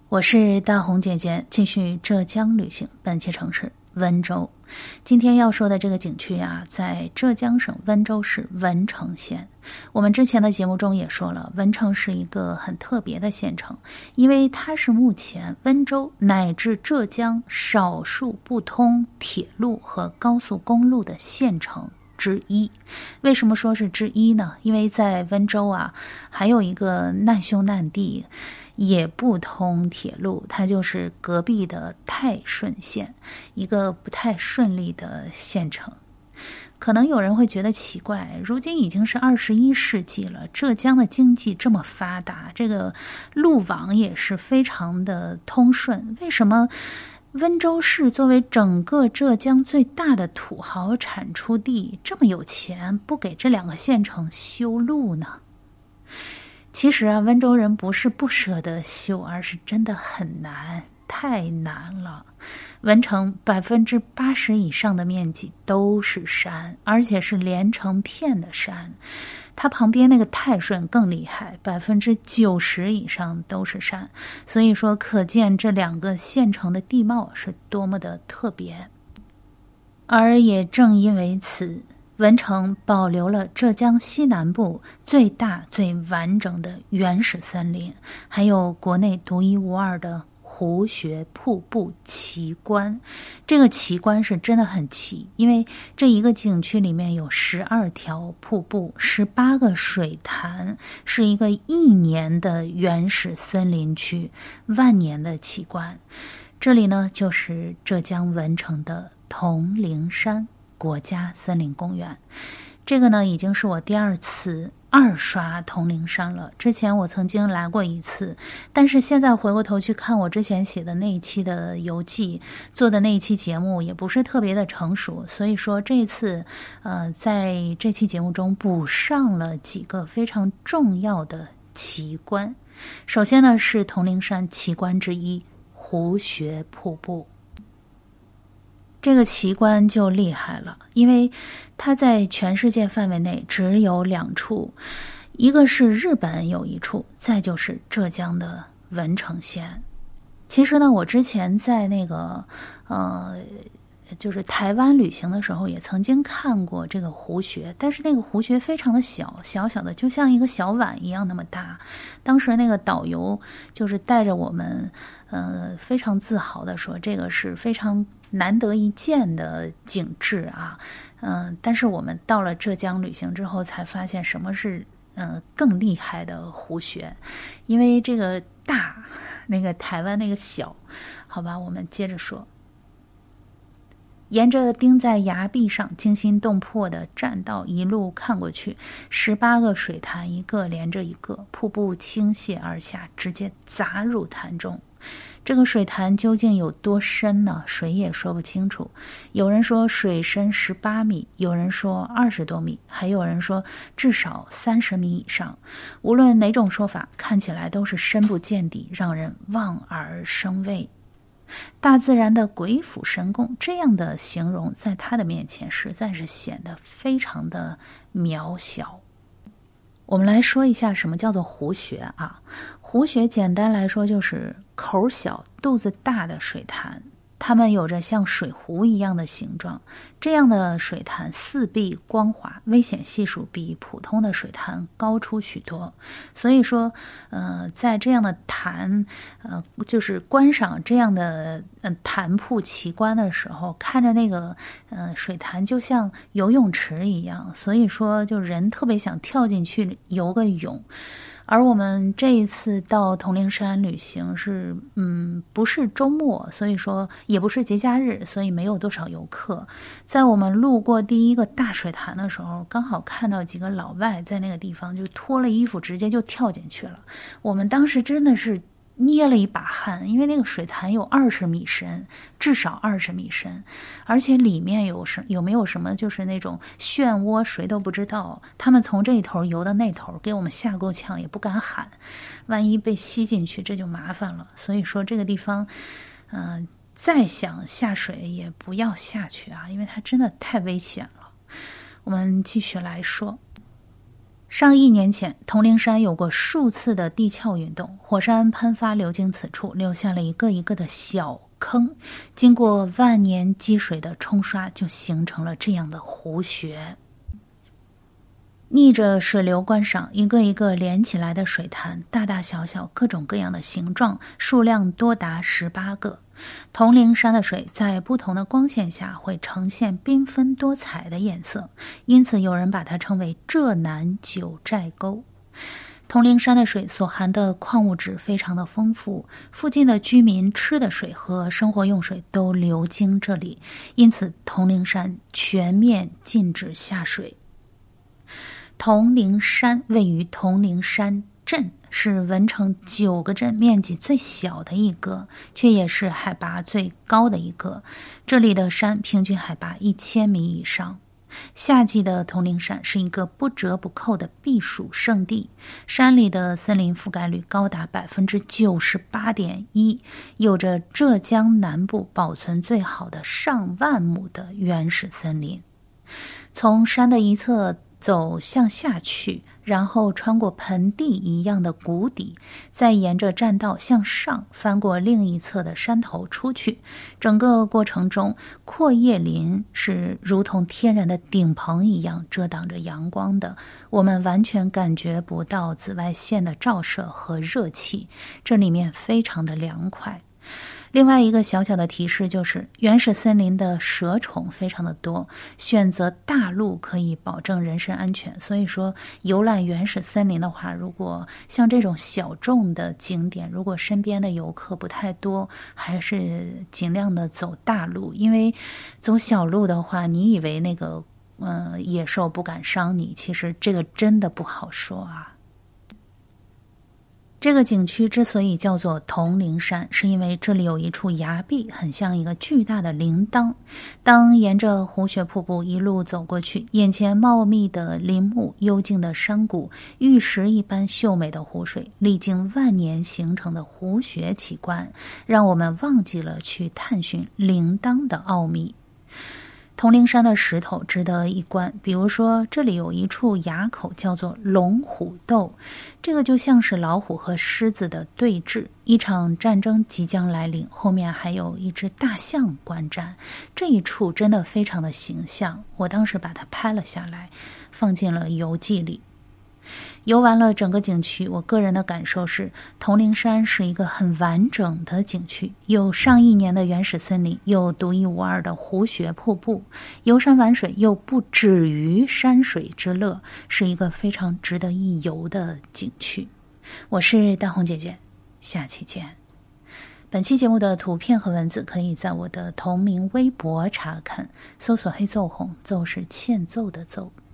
我是大红姐姐，继续浙江旅行，本期城市温州。今天要说的这个景区啊，在浙江省温州市文成县。我们之前的节目中也说了，文成是一个很特别的县城，因为它是目前温州乃至浙江少数不通铁路和高速公路的县城之一。为什么说是之一呢？因为在温州啊，还有一个难兄难弟也不通铁路，它就是隔壁的泰顺县，一个不太顺利的县城。可能有人会觉得奇怪，如今已经是21世纪了，浙江的经济这么发达，这个路网也是非常的通顺，为什么温州市作为整个浙江最大的土豪产出地，这么有钱，不给这两个县城修路呢？其实啊，温州人不是不舍得修，而是真的很难，太难了。文成80%以上的面积都是山，而且是连成片的山。它旁边那个泰顺更厉害，90%以上都是山。所以说，可见这两个县城的地貌是多么的特别。而也正因为此，文成保留了浙江西南部最大最完整的原始森林，还有国内独一无二的湖穴瀑布奇观。这个奇观是真的很奇，因为这一个景区里面有12条瀑布，18个水潭，是一个1年的原始森林区，万年的奇观。这里呢，就是浙江文成的铜陵山国家森林公园。这个呢，已经是我第2次2刷铜陵山了。之前我曾经来过1次，但是现在回过头去看我之前写的那一期的游记，做的那一期节目也不是特别的成熟，所以说这次在这期节目中补上了几个非常重要的奇观。首先呢，是铜陵山奇观之一湖穴瀑布。这个奇观就厉害了，因为它在全世界范围内只有2处，一个是日本有1处，再就是浙江的文成县。其实呢，我之前在那个就是台湾旅行的时候，也曾经看过这个湖穴，但是那个湖穴非常的小，小小的，就像一个小碗一样那么大。当时那个导游就是带着我们，非常自豪的说，这个是非常难得一见的景致啊。但是我们到了浙江旅行之后，才发现什么是更厉害的湖穴，因为这个大，那个台湾那个小，好吧，我们接着说。沿着钉在崖壁上惊心动魄的栈道一路看过去，18个水潭一个连着一个，瀑布倾泻而下，直接砸入潭中。这个水潭究竟有多深呢？谁也说不清楚。有人说水深18米，有人说20多米，还有人说至少30米以上。无论哪种说法，看起来都是深不见底，让人望而生畏。大自然的鬼斧神工，这样的形容在他的面前实在是显得非常的渺小。我们来说一下什么叫做湖穴啊？湖穴简单来说就是口小肚子大的水潭，它们有着像水壶一样的形状。这样的水潭四壁光滑，危险系数比普通的水潭高出许多。所以说在这样的潭就是观赏这样的潭瀑奇观的时候，看着那个水潭就像游泳池一样，所以说就人特别想跳进去游个泳。而我们这一次到铜陵山旅行是不是周末，所以说也不是节假日，所以没有多少游客。在我们路过第一个大水潭的时候，刚好看到几个老外在那个地方就脱了衣服直接就跳进去了。我们当时真的是捏了一把汗，因为那个水潭有20米深，至少20米深，而且里面有没有什么就是那种漩涡，谁都不知道。他们从这一头游到那头，给我们吓够呛，也不敢喊，万一被吸进去这就麻烦了。所以说这个地方再想下水也不要下去啊，因为它真的太危险了。我们继续来说。 上亿年前，铜陵山有过数次的地壳运动，火山喷发流经此处，留下了一个一个的小坑，经过万年积水的冲刷，就形成了这样的湖穴。逆着水流观赏，一个一个连起来的水潭，大大小小，各种各样的形状，数量多达18个。铜陵山的水在不同的光线下会呈现缤纷多彩的颜色，因此有人把它称为浙南九寨沟。铜陵山的水所含的矿物质非常的丰富，附近的居民吃的水和生活用水都流经这里，因此铜陵山全面禁止下水。铜陵山位于铜陵山镇，是文成9个镇面积最小的一个，却也是海拔最高的一个。这里的山平均海拔1000米以上。夏季的铜陵山是一个不折不扣的避暑胜地，山里的森林覆盖率高达 98.1%， 有着浙江南部保存最好的上万亩的原始森林。从山的一侧走向下去，然后穿过盆地一样的谷底，再沿着栈道向上翻过另一侧的山头出去。整个过程中，阔叶林是如同天然的顶棚一样遮挡着阳光的，我们完全感觉不到紫外线的照射和热气，这里面非常的凉快。另外一个小小的提示就是，原始森林的蛇虫非常的多，选择大路可以保证人身安全。所以说，游览原始森林的话，如果像这种小众的景点，如果身边的游客不太多，还是尽量的走大路，因为走小路的话，你以为那个野兽不敢伤你，其实这个真的不好说啊。这个景区之所以叫做铜陵山，是因为这里有一处崖壁，很像一个巨大的铃铛。当沿着湖穴瀑布一路走过去，眼前茂密的林木、幽静的山谷、玉石一般秀美的湖水，历经万年形成的湖穴奇观，让我们忘记了去探寻铃铛的奥秘。铜陵山的石头值得一观，比如说这里有一处崖口叫做龙虎斗，这个就像是老虎和狮子的对峙，一场战争即将来临，后面还有一只大象观战，这一处真的非常的形象，我当时把它拍了下来，放进了游记里。游完了整个景区，我个人的感受是，铜陵山是一个很完整的景区，有上亿年的原始森林，有独一无二的湖穴瀑布，游山玩水又不止于山水之乐，是一个非常值得一游的景区。我是大红姐姐，下期见。本期节目的图片和文字可以在我的同名微博查看，搜索黑奏红，奏是欠揍的奏。